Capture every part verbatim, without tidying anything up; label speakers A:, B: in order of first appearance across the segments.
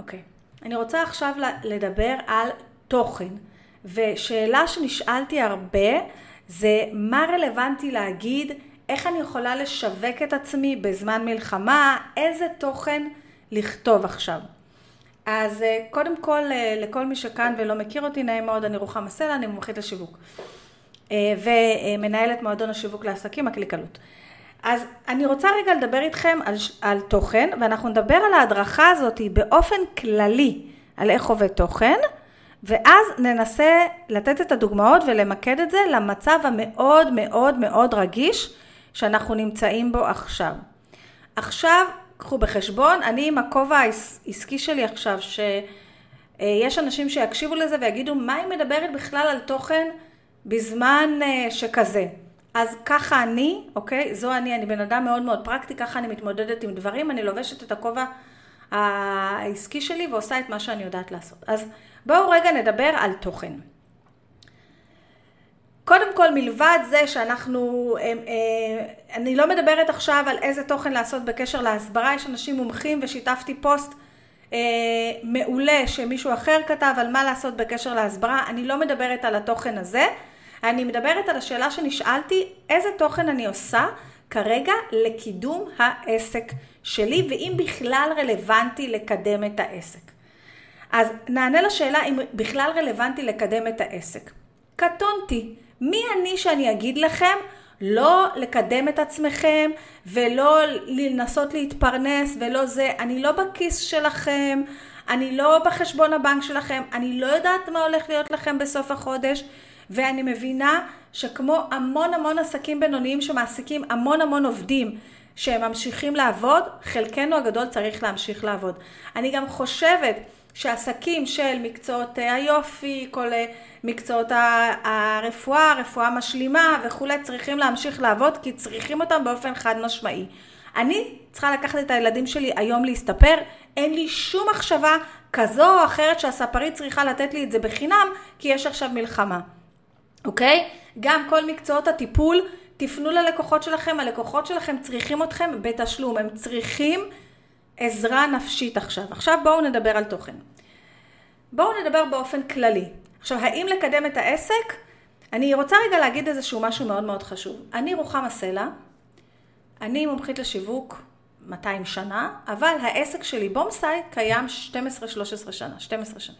A: אוקיי. אני רוצה עכשיו לדבר על תוכן, ושאלה שנשאלתי הרבה זה מה רלוונטי להגיד, איך אני יכולה לשווק את עצמי בזמן מלחמה, איזה תוכן לכתוב עכשיו. אז קודם כל, לכל מי שכאן ולא מכיר אותי, נעים מאוד, אני רוחמה סלע, אני מומחית לשיווק. ומנהלת מועדון השיווק לעסקים, הקליקלות. אז אני רוצה רגע לדבר איתכם על, על תוכן, ואנחנו נדבר על ההדרכה הזאת באופן כללי, על איך עובד תוכן, ואז ננסה לתת את הדוגמאות ולמקד את זה למצב המאוד מאוד מאוד רגיש שאנחנו נמצאים בו עכשיו. עכשיו, קחו בחשבון, אני עם הכובע העסקי שלי עכשיו, שיש אנשים שיקשיבו לזה ויגידו, מה היא מדברת בכלל על תוכן בזמן שכזה? אז ככה אני, אוקיי? זו אני, אני בן אדם מאוד מאוד פרקטי, ככה אני מתמודדת עם דברים, אני לובשת את הכובע העסקי שלי ועושה את מה שאני יודעת לעשות. אז בואו רגע נדבר על תוכן. קודם כל, מלבד זה שאנחנו, אני לא מדברת עכשיו על איזה תוכן לעשות בקשר להסברה, יש אנשים מומחים ושיתפתי פוסט מעולה שמישהו אחר כתב על מה לעשות בקשר להסברה, אני לא מדברת על התוכן הזה, אני מדברת על השאלה שנשאלתי, איזה תוכן אני עושה כרגע לקידום העסק שלי, ואם בכלל רלוונטי לקדם את העסק. אז נענה לשאלה אם בכלל רלוונטי לקדם את העסק. קטונתי, מי אני שאני אגיד לכם לא לקדם את עצמכם ולא לנסות להתפרנס ולא זה, אני לא בכיס שלכם, אני לא בחשבון הבנק שלכם, אני לא יודעת מה הולך להיות לכם בסוף החודש, ואני מבינה שכמו המון המון עסקים בינוניים שמעסיקים המון המון עובדים שהם ממשיכים לעבוד, חלקנו הגדול צריך להמשיך לעבוד. אני גם חושבת שעסקים של מקצועות היופי, כל מקצועות הרפואה, הרפואה משלימה וכו' צריכים להמשיך לעבוד כי צריכים אותם באופן חד משמעי. אני צריכה לקחת את הילדים שלי היום להסתפר, אין לי שום מחשבה כזו או אחרת שהספרית צריכה לתת לי את זה בחינם כי יש עכשיו מלחמה. אוקיי? גם כל מקצועות הטיפול, תפנו ללקוחות שלכם, הלקוחות שלכם צריכים אתכם בתשלום, הם צריכים עזרה נפשית עכשיו. עכשיו בואו נדבר על תוכן. בואו נדבר באופן כללי. עכשיו, האם לקדם את העסק? אני רוצה רגע להגיד איזשהו משהו מאוד מאוד חשוב. אני רוחמה סלע, אני מומחית לשיווק מאתיים שנה, אבל העסק שלי בומסייט קיים שתים עשרה שלוש עשרה שנה, שתים עשרה שנה.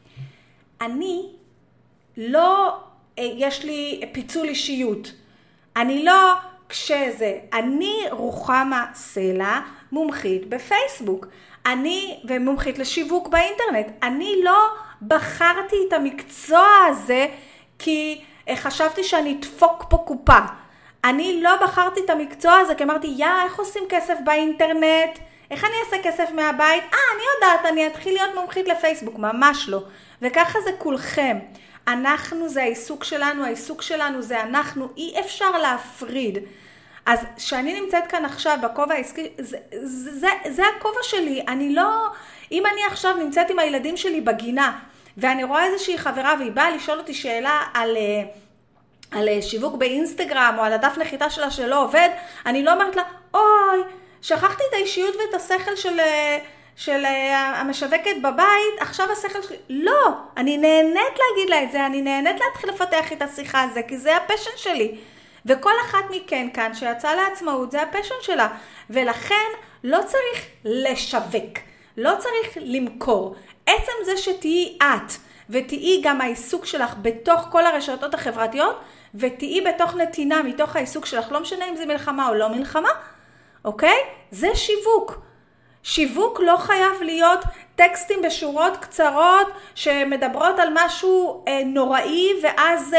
A: אני לא, יש לי פיצול אישיות. אני לא כשזה, אני רוחמה סלע, מומחית בפייסבוק. אני ומומחית לשיווק באינטרנט. אני לא בחרתי את המקצוע הזה כי חשבתי שאני אדפוק פה קופה. אני לא בחרתי את המקצוע הזה כי אמרתי, יא, איך עושים כסף באינטרנט? איך אני אעשה כסף מהבית? אה, אני יודעת, אני אתחיל להיות מומחית לפייסבוק. ממש לא. וככה זה כולכם. אנחנו זה העיסוק שלנו, העיסוק שלנו זה אנחנו, אי אפשר להפריד. אז שאני נמצאת כאן עכשיו בכובע העסקי, זה, זה, זה, זה הכובע שלי. אני לא, אם אני עכשיו נמצאת עם הילדים שלי בגינה, ואני רואה איזושהי חברה והיא באה לשאול אותי שאלה על, על שיווק באינסטגרם או על הדף נחיתה שלה שלא עובד, אני לא אומרת לה, אוי, שכחתי את האישיות ואת השכל של, של המשווקת בבית, עכשיו השכל שלי, לא, אני נהנית להגיד לה את זה, אני נהנית להתחיל לפתח את השיחה הזה, כי זה הפשן שלי. וכל אחת מכן כאן שיצאה לעצמאות, זה הפשן שלה. ולכן לא צריך לשווק, לא צריך למכור. עצם זה שתהיי את, ותהיי גם העיסוק שלך בתוך כל הרשתות החברתיות, ותהיי בתוך נתינה מתוך העיסוק שלך, לא משנה אם זה מלחמה או לא מלחמה, אוקיי? זה שיווק. שיווק לא חייב להיות טקסטים בשורות קצרות שמדברות על משהו נוראי ואז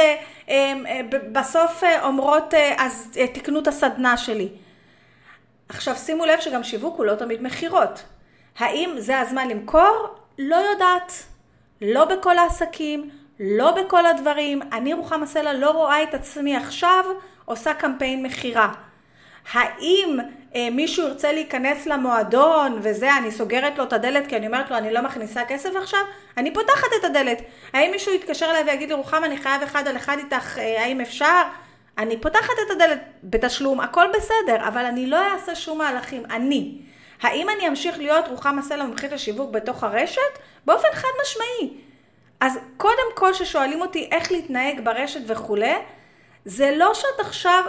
A: בסוף אומרות אז תקנו את הסדנה שלי. עכשיו שימו לב שגם שיווק הוא לא תמיד מחירות. האם זה הזמן למכור? לא יודעת. לא בכל העסקים, לא בכל הדברים. אני רוחמה סלע לא רואה את עצמי עכשיו עושה קמפיין מחירה. האם אה, מישהו ירצה להיכנס למועדון וזה, אני סוגרת לו את הדלת כי אני אומרת לו אני לא מכניסה כסף עכשיו, אני פותחת את הדלת. האם מישהו יתקשר אליי ויגיד לי רוחמה אני חייב אחד על אחד איתך, אה, האם אפשר? אני פותחת את הדלת בתשלום, הכל בסדר, אבל אני לא אעשה שום מהלכים, אני. האם אני אמשיך להיות רוחמה סלע מומחית לשיווק בתוך הרשת? באופן חד משמעי. אז קודם כל ששואלים אותי איך להתנהג ברשת וכו', זה לא שאת עכשיו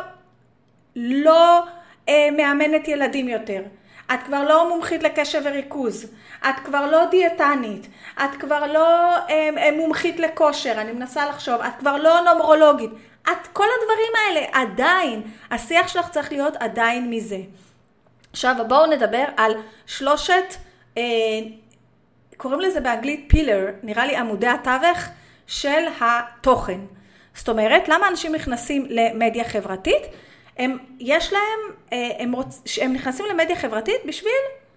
A: לא אה, מאמנת ילדים יותר. את כבר לא מומחית לקשב וריכוז, את כבר לא דיאטנית, את כבר לא אה, מומחית לכושר, אני מנסה לחשוב, את כבר לא נומרולוגית. את כל הדברים האלה עדיין, השיח שלך צריך להיות עדיין מזה. עכשיו בואו נדבר על שלושת, אה, קוראים לזה באנגלית פילר, נראה לי עמודי התווך של התוכן. זאת אומרת, למה אנשים נכנסים למדיה חברתית? הם, יש להם, הם, רוצ, הם נכנסים למדיה חברתית בשביל,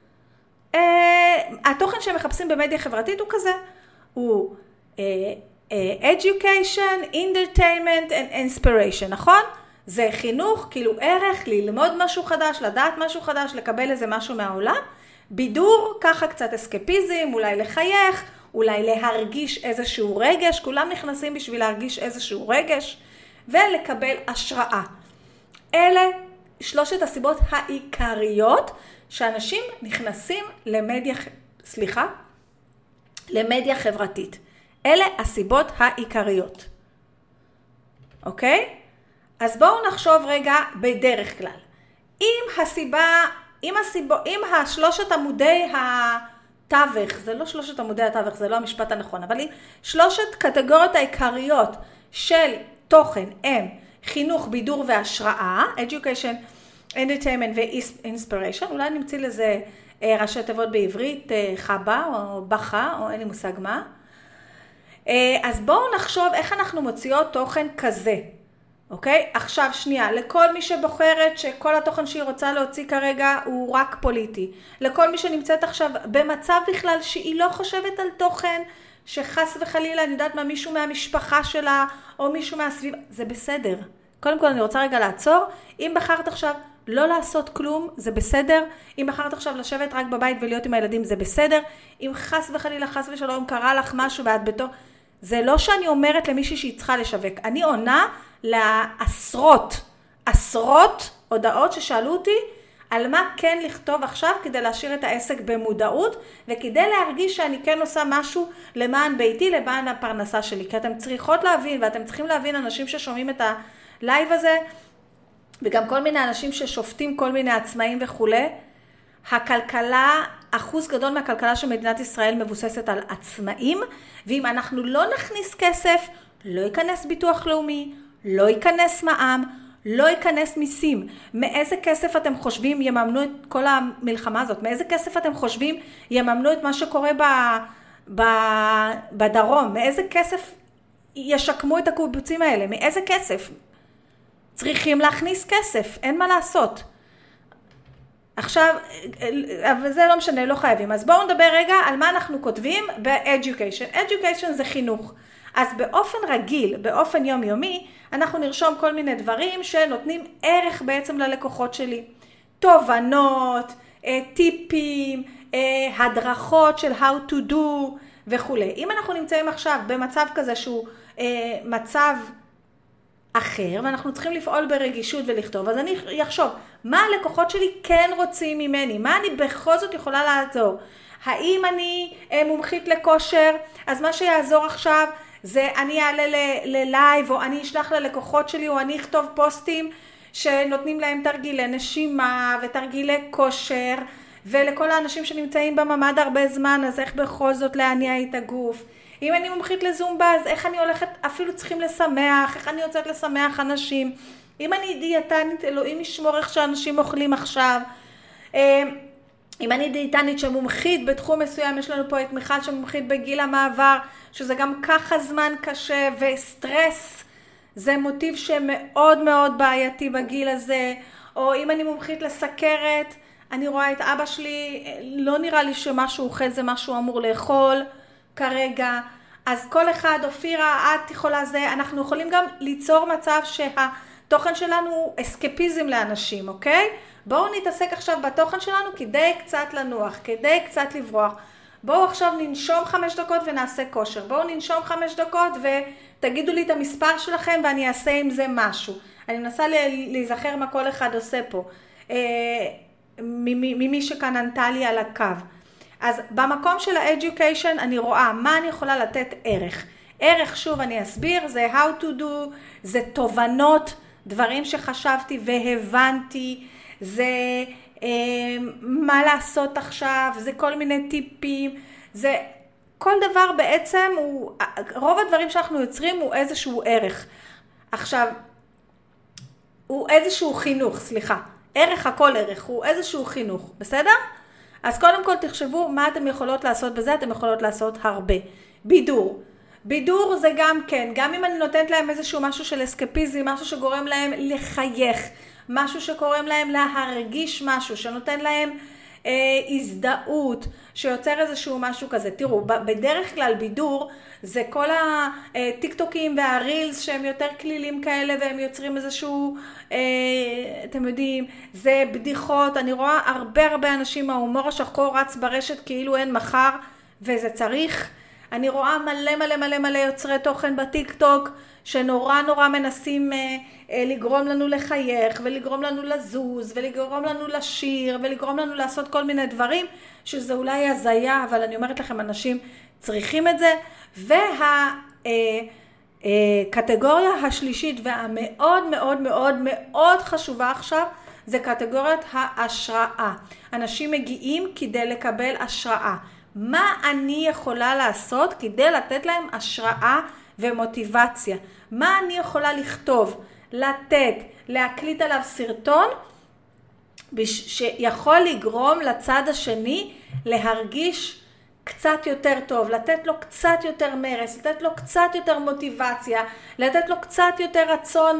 A: אה, התוכן שהם מחפשים במדיה חברתית הוא כזה, הוא אה, אה, education, entertainment and inspiration, נכון? זה חינוך, כאילו ערך, ללמוד משהו חדש, לדעת משהו חדש, לקבל איזה משהו מהעולם, בידור, ככה קצת אסקפיזם, אולי לחייך, אולי להרגיש איזשהו רגש, כולם נכנסים בשביל להרגיש איזשהו רגש, ולקבל השראה. אלה שלושת הסיבות העיקריות שאנשים נכנסים למדיה, סליחה, למדיה חברתית. אלה הסיבות העיקריות. אוקיי? אז בואו נחשוב רגע בדרך כלל. אם הסיבה, אם הסיבו, אם השלושת עמודי התווך, זה לא שלושת עמודי התווך, זה לא המשפט הנכון, אבל אם שלושת קטגוריות העיקריות של תוכן הם חינוך, בידור והשראה, education, entertainment ו-inspiration, אולי נמציא לזה ראשי תיבות בעברית, חבה או בחה, או אין לי מושג מה. אז בואו נחשוב איך אנחנו מוציאות תוכן כזה. אוקיי? עכשיו שנייה, לכל מי שבוחרת שכל התוכן שהיא רוצה להוציא כרגע הוא רק פוליטי. לכל מי שנמצאת עכשיו במצב בכלל שהיא לא חושבת על תוכן, שחס וחלילה, אני יודעת מה, מישהו מהמשפחה שלה או מישהו מהסביב, זה בסדר. קודם כל אני רוצה רגע לעצור. אם בחרת עכשיו לא לעשות כלום, זה בסדר. אם בחרת עכשיו לשבת רק בבית ולהיות עם הילדים, זה בסדר. אם חס וחלילה, חס ושלום, קרה לך משהו ואת בתור, זה לא שאני אומרת למישהי שהיא צריכה לשווק. אני עונה לעשרות, עשרות הודעות ששאלו אותי על מה כן לכתוב עכשיו כדי להשאיר את העסק במודעות, וכדי להרגיש שאני כן עושה משהו למען ביתי, למען הפרנסה שלי. כי אתם צריכות להבין, ואתם צריכים להבין אנשים ששומעים את הלייב הזה, וגם כל מיני אנשים ששופטים כל מיני עצמאים וכו'. הכלכלה, אחוז גדול מהכלכלה של מדינת ישראל מבוססת על עצמאים, ואם אנחנו לא נכניס כסף, לא ייכנס ביטוח לאומי, לא ייכנס מע"מ, לא ייכנס מיסים. מאיזה כסף אתם חושבים יממנו את כל המלחמה הזאת? מאיזה כסף אתם חושבים יממנו את מה שקורה ב, ב, בדרום? מאיזה כסף ישקמו את הקיבוצים האלה? מאיזה כסף? צריכים להכניס כסף, אין מה לעשות. עכשיו, אבל זה לא משנה, לא חייבים. אז בואו נדבר רגע על מה אנחנו כותבים ב-education. education זה חינוך. אז באופן רגיל, באופן יומיומי, אנחנו נרשום כל מיני דברים שנותנים ערך בעצם ללקוחות שלי. תובנות, טיפים, הדרכות של how to do וכו'. אם אנחנו נמצאים עכשיו במצב כזה שהוא מצב אחר, ואנחנו צריכים לפעול ברגישות ולכתוב, אז אני אחשוב, מה הלקוחות שלי כן רוצים ממני? מה אני בכל זאת יכולה לעזור? האם אני מומחית לכושר? אז מה שיעזור עכשיו זה אני אעלה ללייב, או אני אשלח ללקוחות שלי, או אני אכתוב פוסטים שנותנים להם תרגילי נשימה ותרגילי כושר, ולכל האנשים שנמצאים בממד הרבה זמן, אז איך בכל זאת להניע את הגוף? אם אני מומחית לזומבה, אז איך אני הולכת, אפילו צריכים לשמח, איך אני יוצאת לשמח אנשים. אם אני דיאטנית, אלוהים ישמור איך שאנשים אוכלים עכשיו. אם אני דיאטנית שמומחית בתחום מסוים, יש לנו פה את מיכל שמומחית בגיל המעבר, שזה גם ככה זמן קשה וסטרס, זה מוטיב שמאוד מאוד בעייתי בגיל הזה. או אם אני מומחית לסכרת, אני רואה את אבא שלי, לא נראה לי שמשהו אוכל זה משהו אמור לאכול כרגע. אז כל אחד, אופירה, את יכולה זה, אנחנו יכולים גם ליצור מצב שהתוכן שלנו הוא אסקפיזם לאנשים, אוקיי? בואו נתעסק עכשיו בתוכן שלנו כדי קצת לנוח, כדי קצת לברוח. בואו עכשיו ננשום חמש דקות ונעשה כושר. בואו ננשום חמש דקות ותגידו לי את המספר שלכם ואני אעשה עם זה משהו. אני מנסה להיזכר מה כל אחד עושה פה. ממי שכאן ענתה לי על הקו. אז במקום של ה-education אני רואה מה אני יכולה לתת ערך. ערך, שוב אני אסביר, זה how to do, זה תובנות, דברים שחשבתי והבנתי, זה אה, מה לעשות עכשיו, זה כל מיני טיפים, זה כל דבר בעצם, הוא, רוב הדברים שאנחנו יוצרים הוא איזשהו ערך. עכשיו, הוא איזשהו חינוך, סליחה. ערך, הכל ערך, הוא איזשהו חינוך, בסדר? אז קודם כל תחשבו מה אתם יכולות לעשות בזה, אתם יכולות לעשות הרבה. בידור. בידור זה גם כן, גם אם אני נותנת להם איזשהו משהו של אסקפיזם, משהו שגורם להם לחייך, משהו שקורם להם להרגיש משהו, שנותן להם אה, הזדהות, שיוצר איזשהו משהו כזה. תראו, בדרך כלל בידור זה כל הטיקטוקים והרילס שהם יותר כלילים כאלה, והם יוצרים איזשהו, אה, אתם יודעים, זה בדיחות. אני רואה הרבה הרבה אנשים, ההומור השחור רץ ברשת כאילו אין מחר, וזה צריך. אני רואה מלא מלא מלא מלא יוצרי תוכן בטיקטוק, שנורא נורא מנסים אה, אה, לגרום לנו לחייך, ולגרום לנו לזוז, ולגרום לנו לשיר, ולגרום לנו לעשות כל מיני דברים, שזה אולי הזיה, אבל אני אומרת לכם, אנשים צריכים את זה. והקטגוריה אה, אה, השלישית, והמאוד מאוד מאוד מאוד חשובה עכשיו, זה קטגוריית ההשראה. אנשים מגיעים כדי לקבל השראה. מה אני יכולה לעשות כדי לתת להם השראה ומוטיבציה? מה אני יכולה לכתוב, לתת, להקליט עליו סרטון, שיכול לגרום לצד השני להרגיש קצת יותר טוב, לתת לו קצת יותר מרס, לתת לו קצת יותר מוטיבציה, לתת לו קצת יותר רצון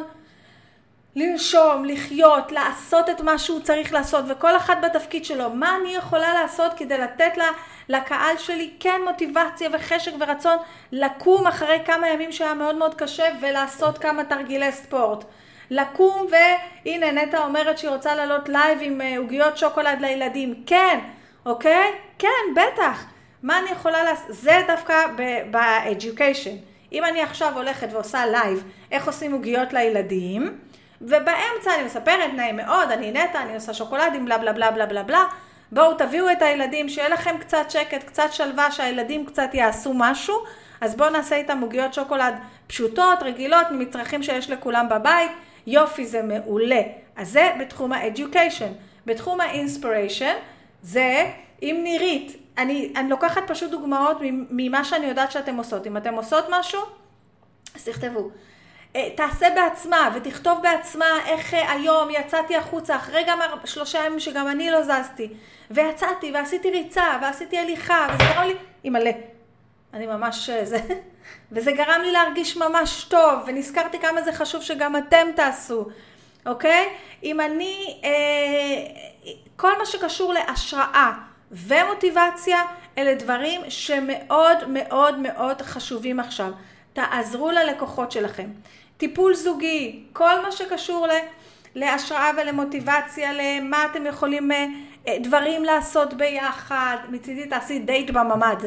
A: לנשום, לחיות, לעשות את מה שהוא צריך לעשות, וכל אחד בתפקיד שלו. מה אני יכולה לעשות כדי לתת לה, לקהל שלי כן מוטיבציה וחשק ורצון לקום אחרי כמה ימים שהיה מאוד מאוד קשה ולעשות כמה תרגילי ספורט. לקום, והנה נטע אומרת שהיא רוצה לעלות לייב עם עוגיות שוקולד לילדים. כן, אוקיי? כן, בטח. מה אני יכולה לעשות? זה דווקא ב-education. אם אני עכשיו הולכת ועושה לייב, איך עושים עוגיות לילדים, ובאמצע אני מספרת, נעים מאוד, אני נטע, אני עושה שוקולדים, בלה בלה בלה בלה בלה בלה. בואו תביאו את הילדים, שיהיה לכם קצת שקט, קצת שלווה, שהילדים קצת יעשו משהו. אז בואו נעשה איתם עוגיות שוקולד פשוטות, רגילות, ממצרכים שיש לכולם בבית. יופי, זה מעולה. אז זה בתחום ה-education. בתחום ה-inspiration, זה אם נירית. אני, אני לוקחת פשוט דוגמאות ממה שאני יודעת שאתם עושות. אם אתם עושות משהו, אז תכתבו. תעשה בעצמה ותכתוב בעצמה איך היום יצאתי החוצה אחרי גם שלושה ימים שגם אני לא זזתי, ויצאתי ועשיתי ריצה ועשיתי הליכה, וזה גרם לי, אימא'לה, אני ממש זה, וזה גרם לי להרגיש ממש טוב, ונזכרתי כמה זה חשוב שגם אתם תעשו, אוקיי? אם אני, אה, כל מה שקשור להשראה ומוטיבציה, אלה דברים שמאוד מאוד מאוד חשובים עכשיו. תעזרו ללקוחות שלכם. טיפול זוגי, כל מה שקשור להשראה ולמוטיבציה, למה אתם יכולים דברים לעשות ביחד, מצידי תעשי דייט בממד,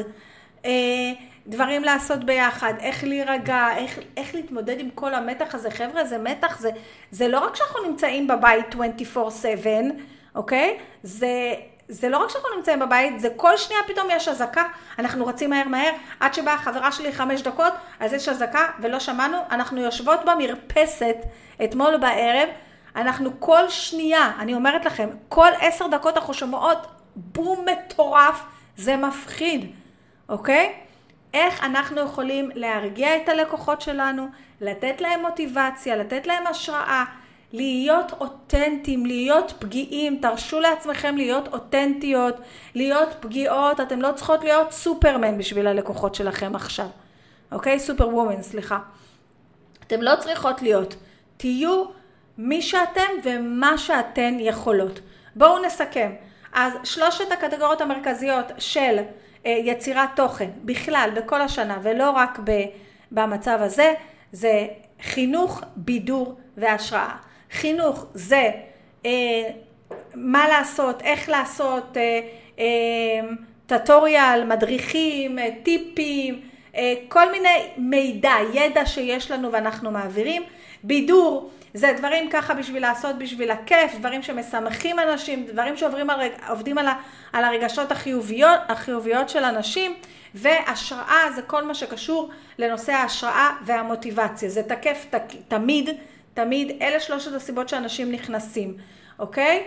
A: דברים לעשות ביחד, איך להירגע, איך, איך להתמודד עם כל המתח הזה. חבר'ה, זה מתח, זה, זה לא רק שאנחנו נמצאים בבית עשרים וארבע שבע, אוקיי? זה... זה לא רק שאנחנו נמצאים בבית, זה כל שנייה פתאום יש הזקה, אנחנו רצים מהר מהר, עד שבאה חברה שלי חמש דקות, אז יש הזקה ולא שמענו, אנחנו יושבות במרפסת אתמול בערב, אנחנו כל שנייה, אני אומרת לכם, כל עשר דקות אנחנו שומעות בום מטורף, זה מפחיד, אוקיי? איך אנחנו יכולים להרגיע את הלקוחות שלנו, לתת להם מוטיבציה, לתת להם השראה, להיות אותנטיים, להיות פגיעים, תרשו לעצמכם להיות אותנטיות, להיות פגיעות, אתם לא צריכות להיות סופרמן בשביל הלקוחות שלכם עכשיו, אוקיי? סופר וומן, סליחה. אתם לא צריכות להיות, תהיו מי שאתם ומה שאתן יכולות. בואו נסכם. אז שלושת הקטגוריות המרכזיות של אה, יצירת תוכן, בכלל, בכל השנה, ולא רק ב, במצב הזה, זה חינוך, בידור והשראה. חינוך זה אה, מה לעשות, איך לעשות, אה, אה, טוטוריאל, מדריכים, אה, טיפים, אה, כל מיני מידע, ידע שיש לנו ואנחנו מעבירים. בידור, זה דברים ככה בשביל לעשות בשביל הכיף, דברים שמשמחים אנשים, דברים שעוברים על, עובדים על, על הרגשות החיוביות, החיוביות של אנשים, והשראה זה כל מה שקשור לנושא ההשראה והמוטיבציה. זה תקף ת, תמיד, תמיד, אלה שלושת הסיבות שאנשים נכנסים, אוקיי?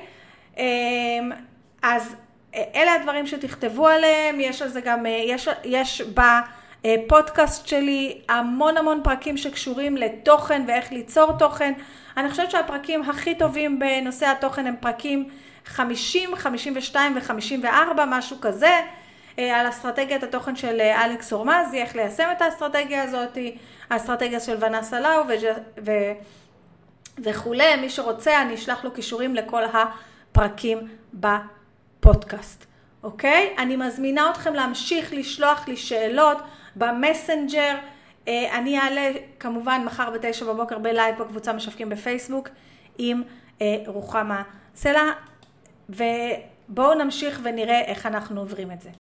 A: אז אלה הדברים שתכתבו עליהם, יש על זה גם, יש, יש בפודקאסט שלי המון המון פרקים שקשורים לתוכן ואיך ליצור תוכן. אני חושבת שהפרקים הכי טובים בנושא התוכן הם פרקים חמישים, חמישים ושתיים ו-חמישים וארבע, משהו כזה, על אסטרטגיית התוכן של אלכס אורמזי, איך ליישם את האסטרטגיה הזאת, האסטרטגיה של ונסה לאו ו... וכולי. מי שרוצה, אני אשלח לו קישורים לכל הפרקים בפודקאסט. אוקיי? אני מזמינה אתכם להמשיך לשלוח לי שאלות במסנג'ר. אני אעלה כמובן מחר בתשע בבוקר בלייב בקבוצה משווקים בפייסבוק עם רוחמה סלע, ובואו נמשיך ונראה איך אנחנו עוברים את זה.